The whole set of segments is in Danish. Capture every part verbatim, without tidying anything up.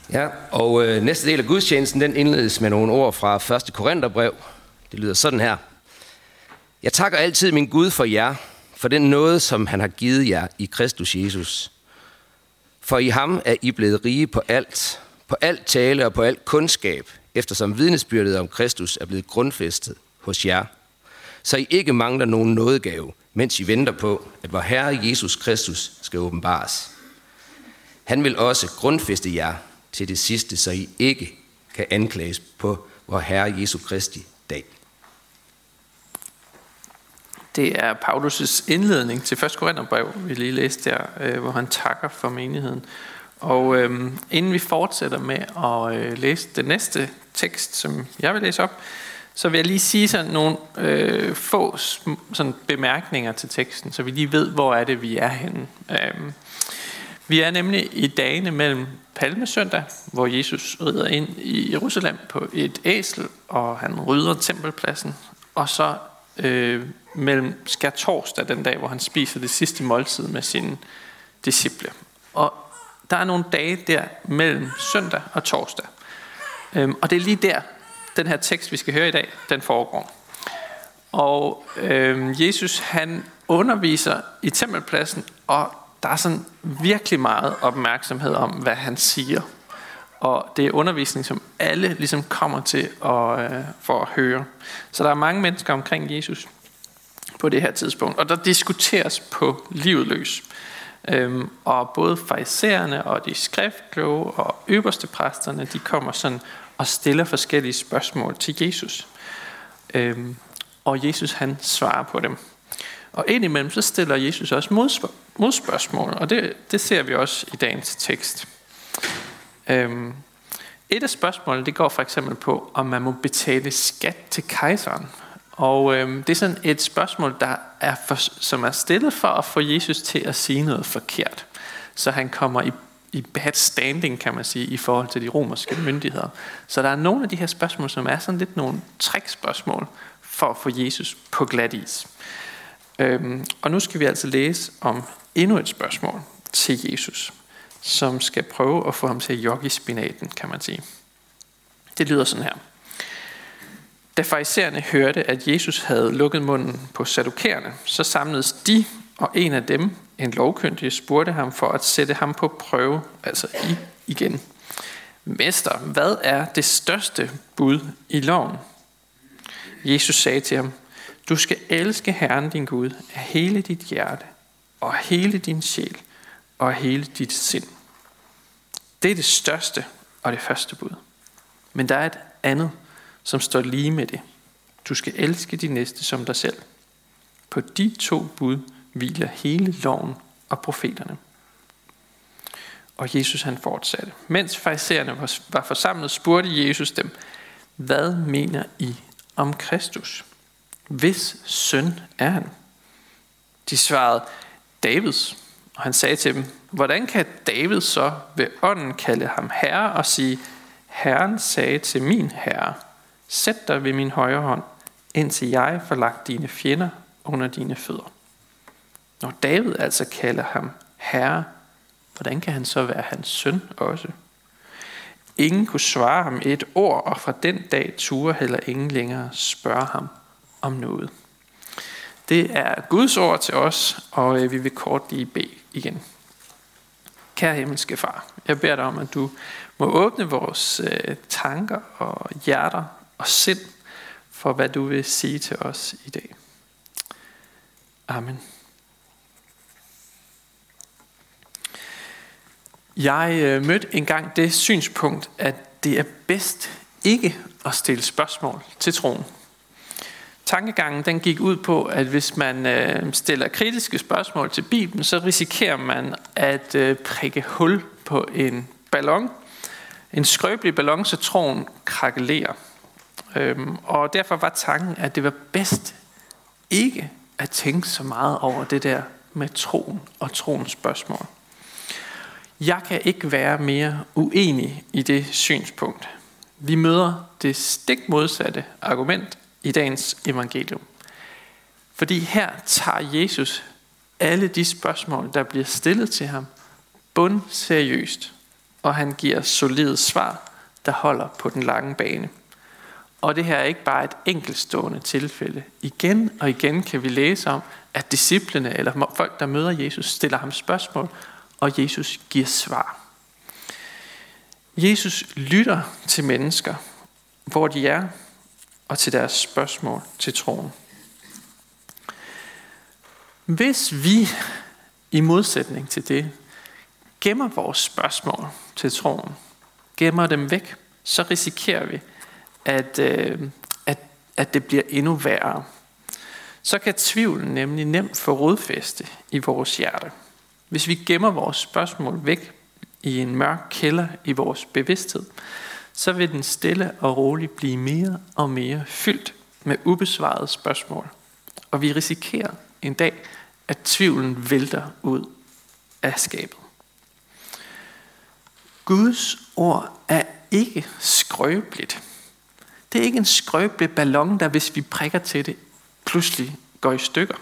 Ja, og øh, næste del af gudstjenesten, den indledes med nogle ord fra første Korintherbrev. Det lyder sådan her. Jeg takker altid min Gud for jer, for den nåde, som han har givet jer i Kristus Jesus. For i ham er I blevet rige på alt, på alt tale og på alt kundskab, eftersom vidnesbyrdet om Kristus er blevet grundfæstet hos jer. Så I ikke mangler nogen nådegave, mens I venter på, at vor Herre Jesus Kristus skal åbenbares. Han vil også grundfæste jer til det sidste, så I ikke kan anklages på vor Herre Jesu Kristi dag. Det er Paulus' indledning til første Korintherbrev, vi lige læste der, hvor han takker for menigheden. Og øhm, inden vi fortsætter med at øh, læse den næste tekst, som jeg vil læse op, så vil jeg lige sige sådan nogle øh, få sådan bemærkninger til teksten, så vi lige ved, hvor er det, vi er henne. Øhm, vi er nemlig i dagene mellem Palmesøndag, hvor Jesus rider ind i Jerusalem på et æsel, og han rydder tempelpladsen, og så øh, mellem skærtorsdag, den dag, hvor han spiser det sidste måltid med sine disciple. Og der er nogle dage der mellem søndag og torsdag. Øhm, og det er lige der, den her tekst, vi skal høre i dag, den foregår. Og øhm, Jesus, han underviser i tempelpladsen, og der er sådan virkelig meget opmærksomhed om, hvad han siger. Og det er undervisning, som alle ligesom kommer til at, øh, for at høre. Så der er mange mennesker omkring Jesus på det her tidspunkt. Og der diskuteres på livet løs. Øhm, og både farisæerne og de skriftkloge og øverste præsterne, de kommer sådan og stiller forskellige spørgsmål til Jesus. Øhm, og Jesus, han svarer på dem. Og indimellem så stiller Jesus også modspørg- modspørgsmål, og det, det ser vi også i dagens tekst. Øhm, et af spørgsmålene, det går for eksempel på, om man må betale skat til kejseren. Og øhm, det er sådan et spørgsmål, der er for, som er stillet for at få Jesus til at sige noget forkert. Så han kommer i, i bad standing, kan man sige, i forhold til de romerske myndigheder. Så der er nogle af de her spørgsmål, som er sådan lidt nogle trickspørgsmål for at få Jesus på glat is. Øhm, og nu skal vi altså læse om endnu et spørgsmål til Jesus, som skal prøve at få ham til at jogge i spinaten, kan man sige. Det lyder sådan her. Da farisæerne hørte, at Jesus havde lukket munden på saddukæerne, så samledes de, og en af dem, en lovkyndig, spurgte ham for at sætte ham på prøve, altså i igen. Mester, hvad er det største bud i loven? Jesus sagde til ham, du skal elske Herren din Gud af hele dit hjerte, og af hele din sjæl, og af hele dit sind. Det er det største og det første bud. Men der er et andet, som står lige med det. Du skal elske de næste som dig selv. På de to bud hviler hele loven og profeterne. Og Jesus, han fortsatte. Mens farisæerne var forsamlet, spurgte Jesus dem, hvad mener I om Kristus? Hvis søn er han? De svarede, Davids. Og han sagde til dem, hvordan kan David så ved ånden kalde ham herre og sige, Herren sagde til min herre, sæt dig ved min højre hånd, indtil jeg får lagt dine fjender under dine fødder. Når David altså kalder ham herre, hvordan kan han så være hans søn også? Ingen kunne svare ham et ord, og fra den dag turde heller ingen længere spørge ham om noget. Det er Guds ord til os, og vi vil kort lige bede igen. Kære himmelske far, jeg beder dig om, at du må åbne vores tanker og hjerter og sind for, hvad du vil sige til os i dag. Amen. Jeg mødte engang det synspunkt, at det er bedst ikke at stille spørgsmål til troen. Tankegangen den gik ud på, at hvis man øh, stiller kritiske spørgsmål til Bibelen, så risikerer man at øh, prikke hul på en ballon. En skrøbelig ballon, så troen krakelerer. Øhm, og derfor var tanken, at det var bedst ikke at tænke så meget over det der med troen og troens spørgsmål. Jeg kan ikke være mere uenig i det synspunkt. Vi møder det stik modsatte argument i dagens evangelium. Fordi her tager Jesus alle de spørgsmål, der bliver stillet til ham, bundseriøst, og han giver solide svar, der holder på den lange bane. Og det her er ikke bare et enkeltstående tilfælde. Igen og igen kan vi læse om, at disciplene eller folk, der møder Jesus, stiller ham spørgsmål, og Jesus giver svar. Jesus lytter til mennesker, hvor de er, og til deres spørgsmål til troen. Hvis vi i modsætning til det gemmer vores spørgsmål til troen, gemmer dem væk, så risikerer vi, at, øh, at, at det bliver endnu værre. Så kan tvivlen nemlig nemt få rodfæste i vores hjerte. Hvis vi gemmer vores spørgsmål væk i en mørk kælder i vores bevidsthed, så vil den stille og roligt blive mere og mere fyldt med ubesvarede spørgsmål. Og vi risikerer en dag, at tvivlen vælter ud af skabet. Guds ord er ikke skrøbeligt. Det er ikke en skrøbelig ballon, der hvis vi prikker til det, pludselig går i stykker.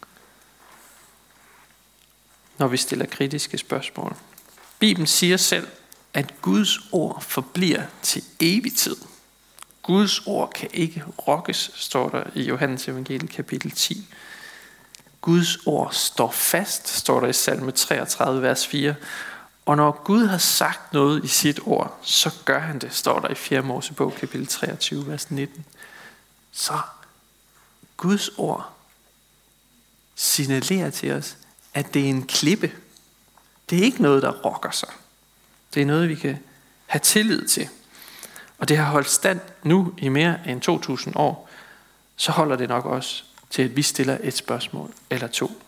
Når vi stiller kritiske spørgsmål. Bibelen siger selv, at Guds ord forbliver til evig tid. Guds ord kan ikke rokkes, står der i Johannes evangeliet kapitel ti. Guds ord står fast, står der i salme treogtredive, vers fire. Og når Gud har sagt noget i sit ord, så gør han det, står der i fjerde Mosebog kapitel treogtyve, vers nitten. Så Guds ord signalerer til os, at det er en klippe. Det er ikke noget, der rokker sig. Det er noget, vi kan have tillid til. Og det har holdt stand nu i mere end to tusind år. Så holder det nok også til, at vi stiller et spørgsmål eller to.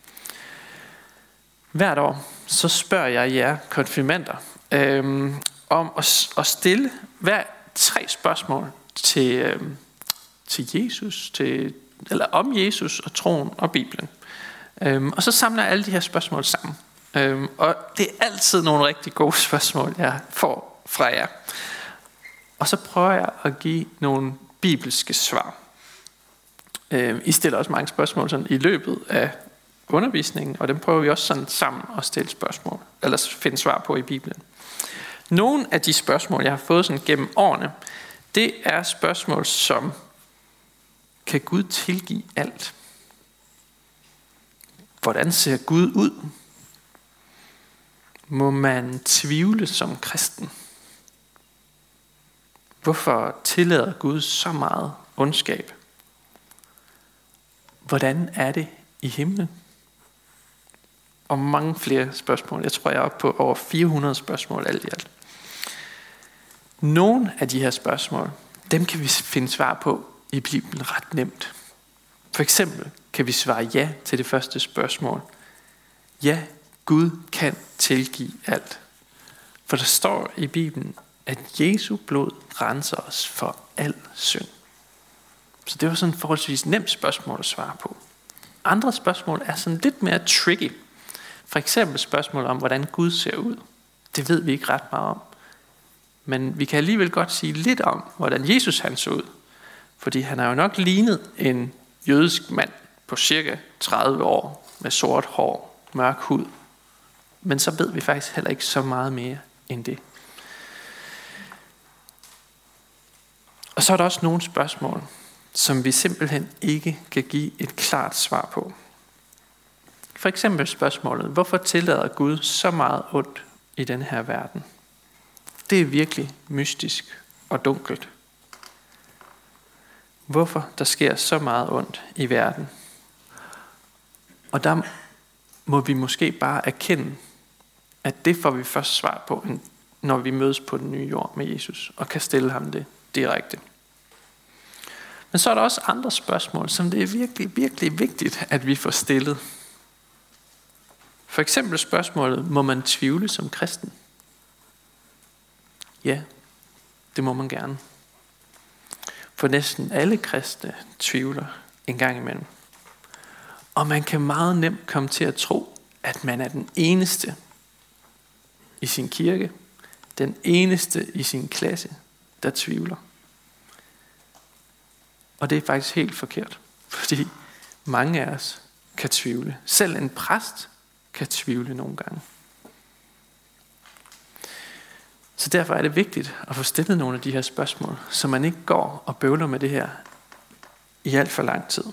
Hvert år så spørger jeg jer konfirmander øhm, om at, at stille hver tre spørgsmål til, øhm, til Jesus, til, eller om Jesus og troen og Bibelen. Øhm, og så samler jeg alle de her spørgsmål sammen. Øhm, og det er altid nogle rigtig gode spørgsmål, jeg får fra jer. Og så prøver jeg at give nogle bibelske svar. Øhm, I stiller også mange spørgsmål sådan i løbet af undervisningen, og dem prøver vi også sådan sammen at stille spørgsmål, eller finde svar på i Bibelen. Nogle af de spørgsmål, jeg har fået sådan gennem årene, det er spørgsmål som, kan Gud tilgive alt? Hvordan ser Gud ud? Må man tvivle som kristen? Hvorfor tillader Gud så meget ondskab? Hvordan er det i himlen? Og mange flere spørgsmål. Jeg tror, jeg er oppe på over fire hundrede spørgsmål alt i alt. Nogle af de her spørgsmål, dem kan vi finde svar på i Bibelen ret nemt. For eksempel kan vi svare ja til det første spørgsmål. Ja, Gud kan tilgive alt. For der står i Bibelen, at Jesu blod renser os for al synd. Så det var sådan et forholdsvis nemt spørgsmål at svare på. Andre spørgsmål er sådan lidt mere tricky. For eksempel spørgsmål om, hvordan Gud ser ud. Det ved vi ikke ret meget om. Men vi kan alligevel godt sige lidt om, hvordan Jesus han så ud. Fordi han har jo nok lignet en jødisk mand på cirka tredive år med sort hår, mørk hud. Men så ved vi faktisk heller ikke så meget mere end det. Og så er der også nogle spørgsmål, som vi simpelthen ikke kan give et klart svar på. For eksempel spørgsmålet, hvorfor tillader Gud så meget ondt i den her verden? Det er virkelig mystisk og dunkelt. Hvorfor der sker så meget ondt i verden? Og der må vi måske bare erkende, at det får vi først svar på, når vi mødes på den nye jord med Jesus, og kan stille ham det direkte. Men så er der også andre spørgsmål, som det er virkelig, virkelig vigtigt, at vi får stillet. For eksempel spørgsmålet, må man tvivle som kristen? Ja, det må man gerne. For næsten alle kristne tvivler en gang imellem. Og man kan meget nemt komme til at tro, at man er den eneste i sin kirke, den eneste i sin klasse, der tvivler. Og det er faktisk helt forkert, fordi mange af os kan tvivle. Selv en præst kan tvivle nogle gange. Så derfor er det vigtigt at få stillet nogle af de her spørgsmål, så man ikke går og bøvler med det her i alt for lang tid.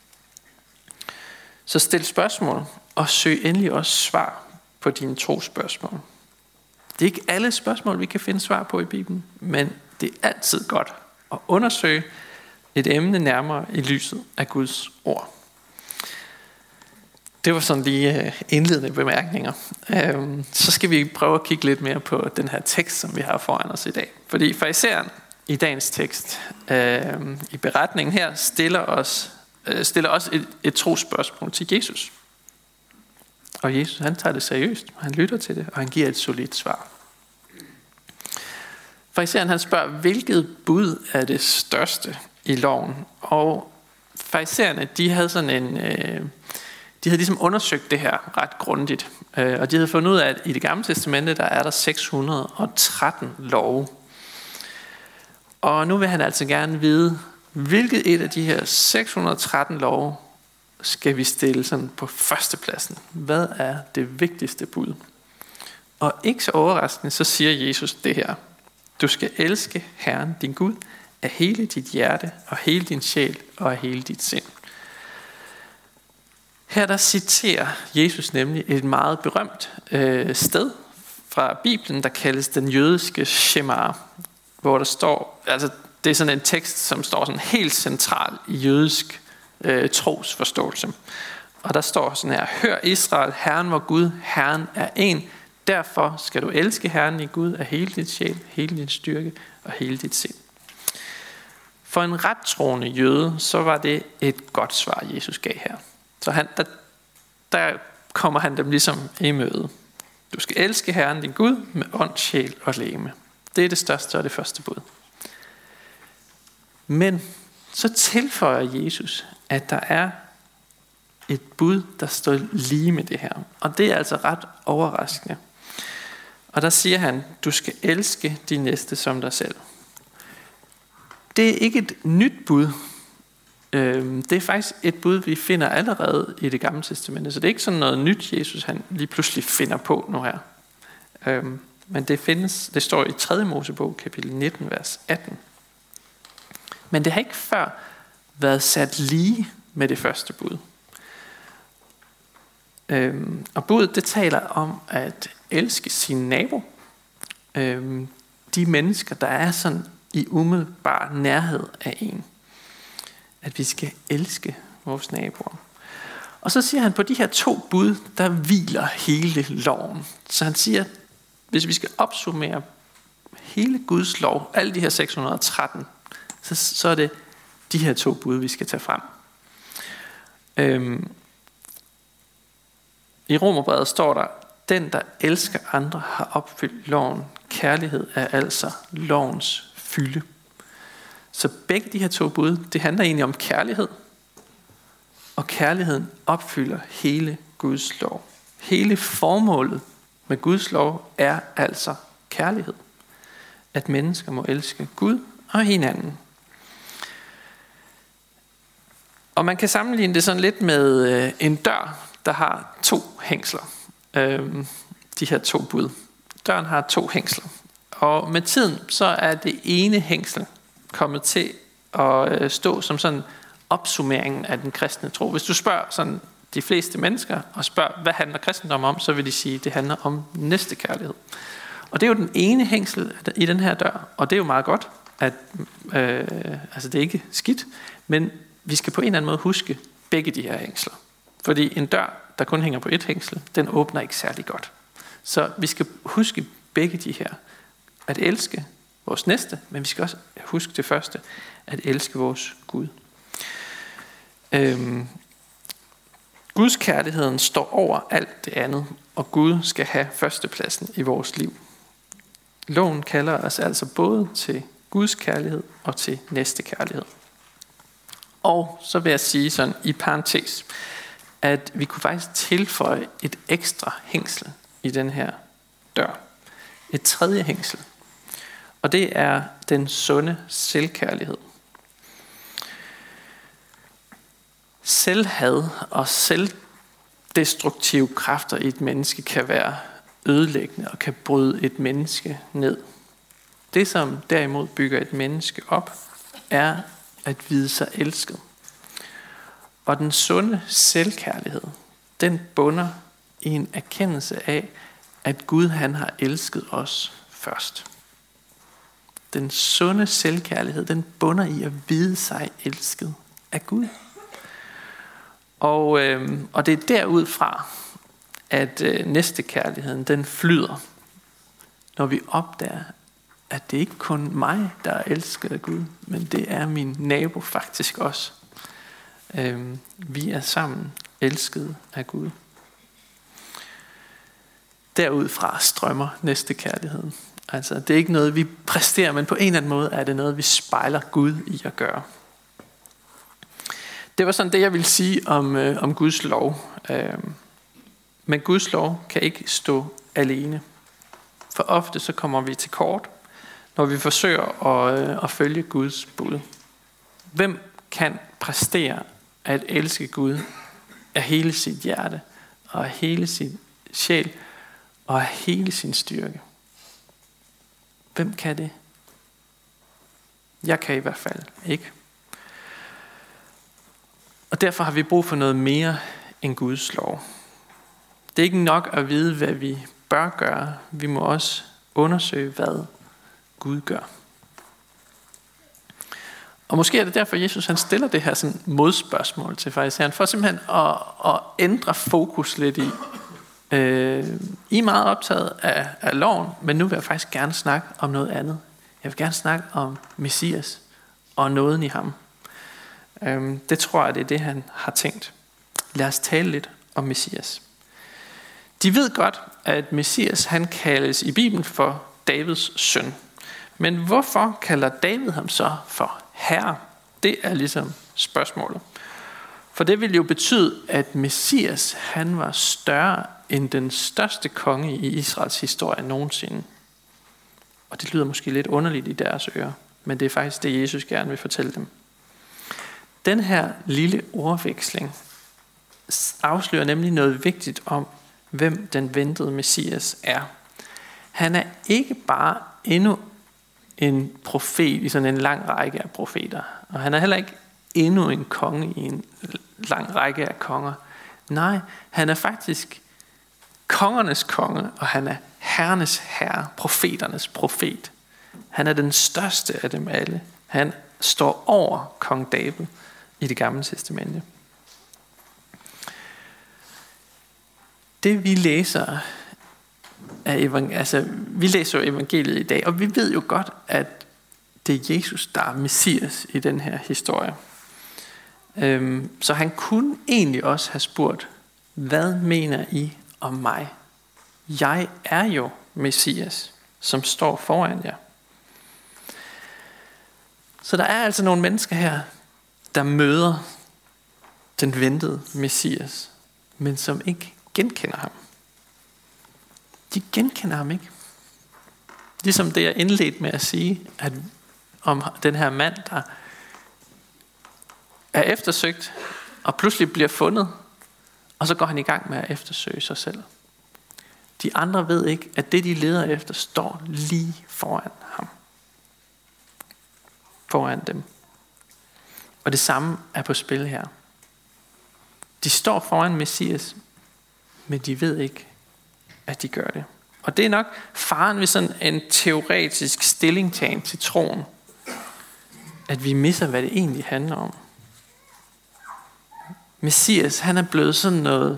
Så stil spørgsmål, og søg endelig også svar på dine trospørgsmål. Det er ikke alle spørgsmål, vi kan finde svar på i Bibelen, men det er altid godt at undersøge et emne nærmere i lyset af Guds ord. Det var sådan lige indledende bemærkninger. Så skal vi prøve at kigge lidt mere på den her tekst, som vi har foran os i dag. Fordi farisæeren i dagens tekst, i beretningen her, stiller os, stiller os et, et trospørgsmål til Jesus. Og Jesus, han tager det seriøst, han lytter til det, og han giver et solidt svar. Farisæeren, han spørger, hvilket bud er det største i loven? Og farisæerne, de havde sådan en... Øh, de havde ligesom undersøgt det her ret grundigt. Øh, og de havde fundet ud af, at i det gamle testamente, der er der seks hundrede og tretten love. Og nu vil han altså gerne vide, hvilket et af de her seks hundrede og tretten love skal vi stille sådan på førstepladsen. Hvad er det vigtigste bud? Og ikke så overraskende, så siger Jesus det her. Du skal elske Herren, din Gud, af hele dit hjerte, og hele din sjæl, og af hele dit sind. Her der citerer Jesus nemlig et meget berømt øh, sted fra Bibelen, der kaldes den jødiske Shema, hvor der står, altså det er sådan en tekst, som står sådan helt central i jødisk øh, trosforståelse. Og der står sådan her, hør Israel, Herren vor Gud, Herren er en, derfor skal du elske Herren din Gud af hele dit sjæl, hele din styrke og hele dit sind. For en rettroende jøde, så var det et godt svar, Jesus gav her. Så han, der, der kommer han dem ligesom i møde. Du skal elske Herren din Gud med ånd, sjæl og legeme. Det er det største og det første bud. Men så tilføjer Jesus, at der er et bud, der står lige med det her. Og det er altså ret overraskende. Og der siger han, du skal elske de næste som dig selv. Det er ikke et nyt bud. Det er faktisk et bud, vi finder allerede i det gamle testamente. Så det er ikke sådan noget nyt, Jesus han lige pludselig finder på nu her. Men det findes, det står i tredje Mosebog, kapitel nitten, vers atten. Men det har ikke før været sat lige med det første bud. Og budet, det taler om at elske sin nabo. De mennesker, der er sådan i umiddelbar nærhed af en. At vi skal elske vores naboer. Og så siger han, på de her to bud, der hviler hele loven. Så han siger, hvis vi skal opsummere hele Guds lov, alle de her seks hundrede og tretten, så, så er det de her to bud, vi skal tage frem. Øhm, I Romerbrevet står der, den der elsker andre har opfyldt loven. Kærlighed er altså lovens fylde. Så begge de her to bud, det handler egentlig om kærlighed. Og kærligheden opfylder hele Guds lov. Hele formålet med Guds lov er altså kærlighed. At mennesker må elske Gud og hinanden. Og man kan sammenligne det sådan lidt med en dør, der har to hængsler. De her to bud. Døren har to hængsler. Og med tiden, så er det ene hængsel kommet til at stå som sådan opsummeringen af den kristne tro. Hvis du spørger sådan de fleste mennesker og spørger, hvad handler kristendom om, så vil de sige, at det handler om næstekærlighed. Og det er jo den ene hængsel i den her dør, og det er jo meget godt, at øh, altså det er ikke skidt, men vi skal på en eller anden måde huske begge de her hængsler. Fordi en dør, der kun hænger på et hængsel, den åbner ikke særlig godt. Så vi skal huske begge de her. At elske vores næste, men vi skal også huske det første, at elske vores Gud. Øhm, Guds kærligheden står over alt det andet, og Gud skal have førstepladsen i vores liv. Loven kalder os altså både til Guds kærlighed og til næste kærlighed. Og så vil jeg sige sådan i parentes, at vi kunne faktisk tilføje et ekstra hængsel i den her dør. Et tredje hængsel. Og det er den sunde selvkærlighed. Selvhad og selvdestruktive kræfter i et menneske kan være ødelæggende og kan bryde et menneske ned. Det, som derimod bygger et menneske op, er at vide sig elsket. Og den sunde selvkærlighed, den bunder i en erkendelse af, at Gud han har elsket os først. Den sunde selvkærlighed, den bunder i at vide sig elsket af Gud. Og, øh, og det er derudfra, at øh, næstekærligheden, den flyder. Når vi opdager, at det ikke kun mig, der er elsket af Gud, men det er min nabo faktisk også. Øh, vi er sammen elsket af Gud. Derudfra strømmer næstekærligheden. Altså, det er ikke noget, vi præsterer, men på en eller anden måde er det noget, vi spejler Gud i at gøre. Det var sådan det, jeg ville sige om, øh, om Guds lov. Øh, men Guds lov kan ikke stå alene. For ofte så kommer vi til kort, når vi forsøger at, øh, at følge Guds bud. Hvem kan præstere at elske Gud af hele sit hjerte, og af hele sin sjæl, og af hele sin styrke? Hvem kan det? Jeg kan i hvert fald ikke. Og derfor har vi brug for noget mere end Guds lov. Det er ikke nok at vide, hvad vi bør gøre. Vi må også undersøge, hvad Gud gør. Og måske er det derfor, Jesus han stiller det her sådan modspørgsmål til farisæeren, for simpelthen at, at ændre fokus lidt i. Øh, I er meget optaget af, af loven, men nu vil jeg faktisk gerne snakke om noget andet. Jeg vil gerne snakke om Messias og nåden i ham. Øh, det tror jeg, det er det, han har tænkt. Lad os tale lidt om Messias. De ved godt, at Messias han kaldes i Bibelen for Davids søn. Men hvorfor kalder David ham så for herre? Det er ligesom spørgsmålet. For det vil jo betyde, at Messias han var større end den største konge i Israels historie nogensinde. Og det lyder måske lidt underligt i deres ører, men det er faktisk det, Jesus gerne vil fortælle dem. Den her lille ordveksling afslører nemlig noget vigtigt om, hvem den ventede Messias er. Han er ikke bare endnu en profet i sådan en lang række af profeter, og han er heller ikke endnu en konge i en lang række af konger. Nej, han er faktisk kongernes konge, og han er herrenes herre, profeternes profet. Han er den største af dem alle. Han står over kong David i Det Gamle Testamente. Det vi læser af evangel- altså vi læser jo evangeliet i dag, og vi ved jo godt, at det er Jesus, der er Messias i den her historie. Øhm, så han kunne egentlig også have spurgt, hvad mener I om mig? Jeg er jo Messias, som står foran jer. Så der er altså nogle mennesker her, der møder den ventede Messias, men som ikke genkender ham. De genkender ham ikke. Ligesom det jeg indledte med at sige, at om den her mand, der er eftersøgt, og pludselig bliver fundet, og så går han i gang med at eftersøge sig selv. De andre ved ikke, at det de leder efter, står lige foran ham. Foran dem. Og det samme er på spil her. De står foran Messias, men de ved ikke, at de gør det. Og det er nok faren ved sådan en teoretisk stillingtagen til troen, at vi misser, hvad det egentlig handler om. Messias, han er blevet sådan noget,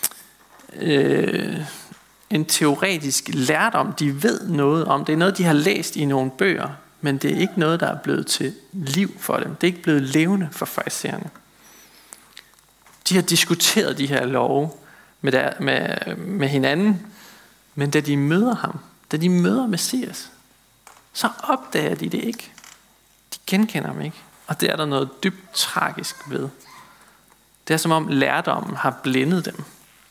øh, en teoretisk lærdom, de ved noget om. Det er noget, de har læst i nogle bøger, men det er ikke noget, der er blevet til liv for dem. Det er ikke blevet levende for farisæerne. De har diskuteret de her love med, der, med, med hinanden, men da de møder ham, da de møder Messias, så opdager de det ikke. De genkender ham ikke. Og det er der noget dybt tragisk ved. Det er som om lærdommen har blændet dem.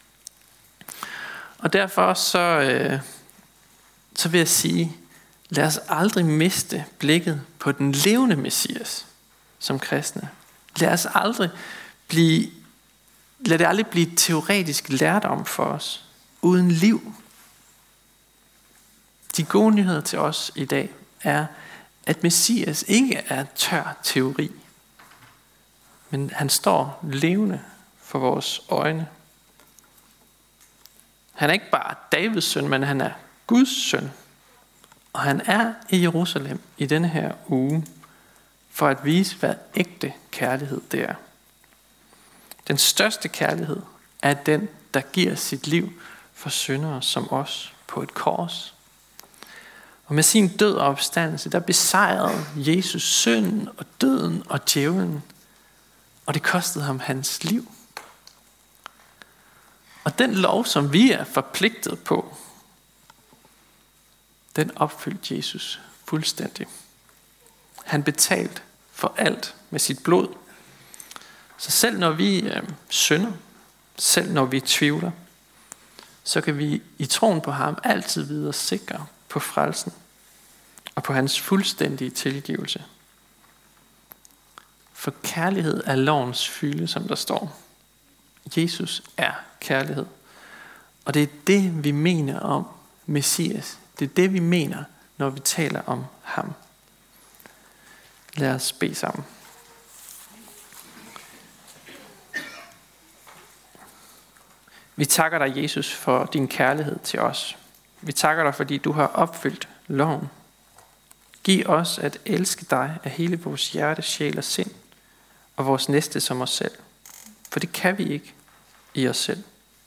Og derfor så, øh, så vil jeg sige, lad os aldrig miste blikket på den levende Messias som kristne. Lad os aldrig blive, lad det aldrig blive teoretisk lærdom for os, uden liv. De gode nyheder til os i dag er, at Messias ikke er tør teori, men han står levende for vores øjne. Han er ikke bare Davids søn, men han er Guds søn. Og han er i Jerusalem i denne her uge, for at vise, hvad ægte kærlighed det er. Den største kærlighed er den, der giver sit liv for syndere som os på et kors. Og med sin død og opstandelse, der besejrede Jesus synden og døden og djævlen. Og det kostede ham hans liv. Og den lov, som vi er forpligtet på, den opfyldte Jesus fuldstændig. Han betalte for alt med sit blod. Så selv når vi øh, synder, selv når vi tvivler, så kan vi i troen på ham altid videre sikre på frelsen og på hans fuldstændige tilgivelse. For kærlighed er lovens fylde, som der står. Jesus er kærlighed. Og det er det, vi mener om Messias. Det er det, vi mener, når vi taler om ham. Lad os bede sammen. Vi takker dig, Jesus, for din kærlighed til os. Vi takker dig, fordi du har opfyldt loven. Giv os at elske dig af hele vores hjerte, sjæl og sind, og vores næste som os selv. For det kan vi ikke i os selv.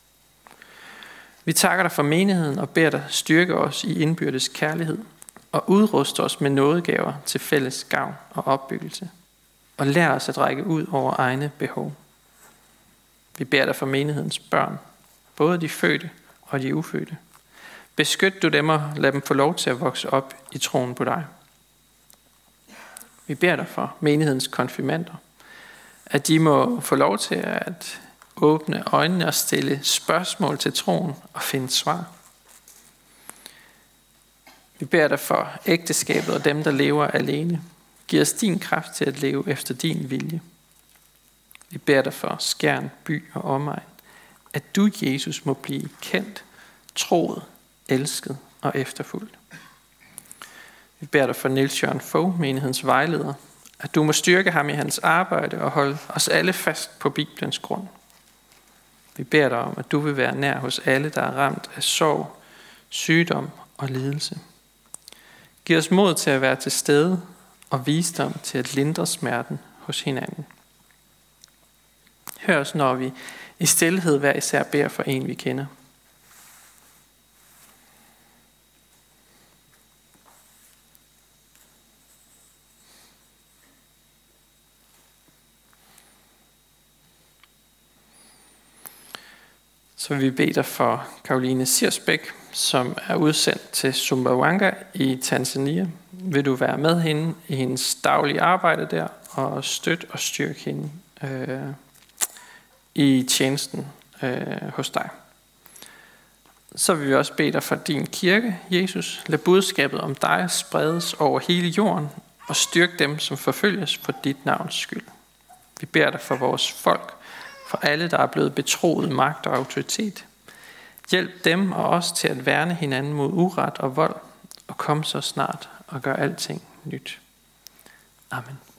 Vi takker dig for menigheden og beder dig styrke os i indbyrdes kærlighed og udruste os med nådegaver til fælles gavn og opbyggelse. Og lær os at række ud over egne behov. Vi beder dig for menighedens børn, både de fødte og de ufødte. Beskyt du dem og lad dem få lov til at vokse op i troen på dig. Vi beder dig for menighedens konfirmander, at de må få lov til at åbne øjnene og stille spørgsmål til troen og finde svar. Vi beder dig for ægteskabet og dem, der lever alene. Giv os din kraft til at leve efter din vilje. Vi beder dig for Skjern, by og omegn, at du, Jesus, må blive kendt, troet, elsket og efterfulgt. Vi beder dig for Niels Jørgen Fogh, menighedens vejleder, at du må styrke ham i hans arbejde og holde os alle fast på Bibelens grund. Vi beder dig om, at du vil være nær hos alle, der er ramt af sorg, sygdom og lidelse. Giv os mod til at være til stede og visdom til at lindre smerten hos hinanden. Hør os, når vi i stilhed hver især beder for en, vi kender. Så vil vi bede dig for Caroline Sirsbæk, som er udsendt til Sumbawanga i Tanzania. Vil du være med hende i hendes daglige arbejde der og støtte og styrke hende øh, i tjenesten øh, hos dig. Så vil vi også bede dig for din kirke, Jesus. Lad budskabet om dig spredes over hele jorden og styrk dem, som forfølges for dit navns skyld. Vi beder dig for vores folk, for alle, der er blevet betroet magt og autoritet. Hjælp dem og os til at værne hinanden mod uret og vold, og kom så snart og gør alting nyt. Amen.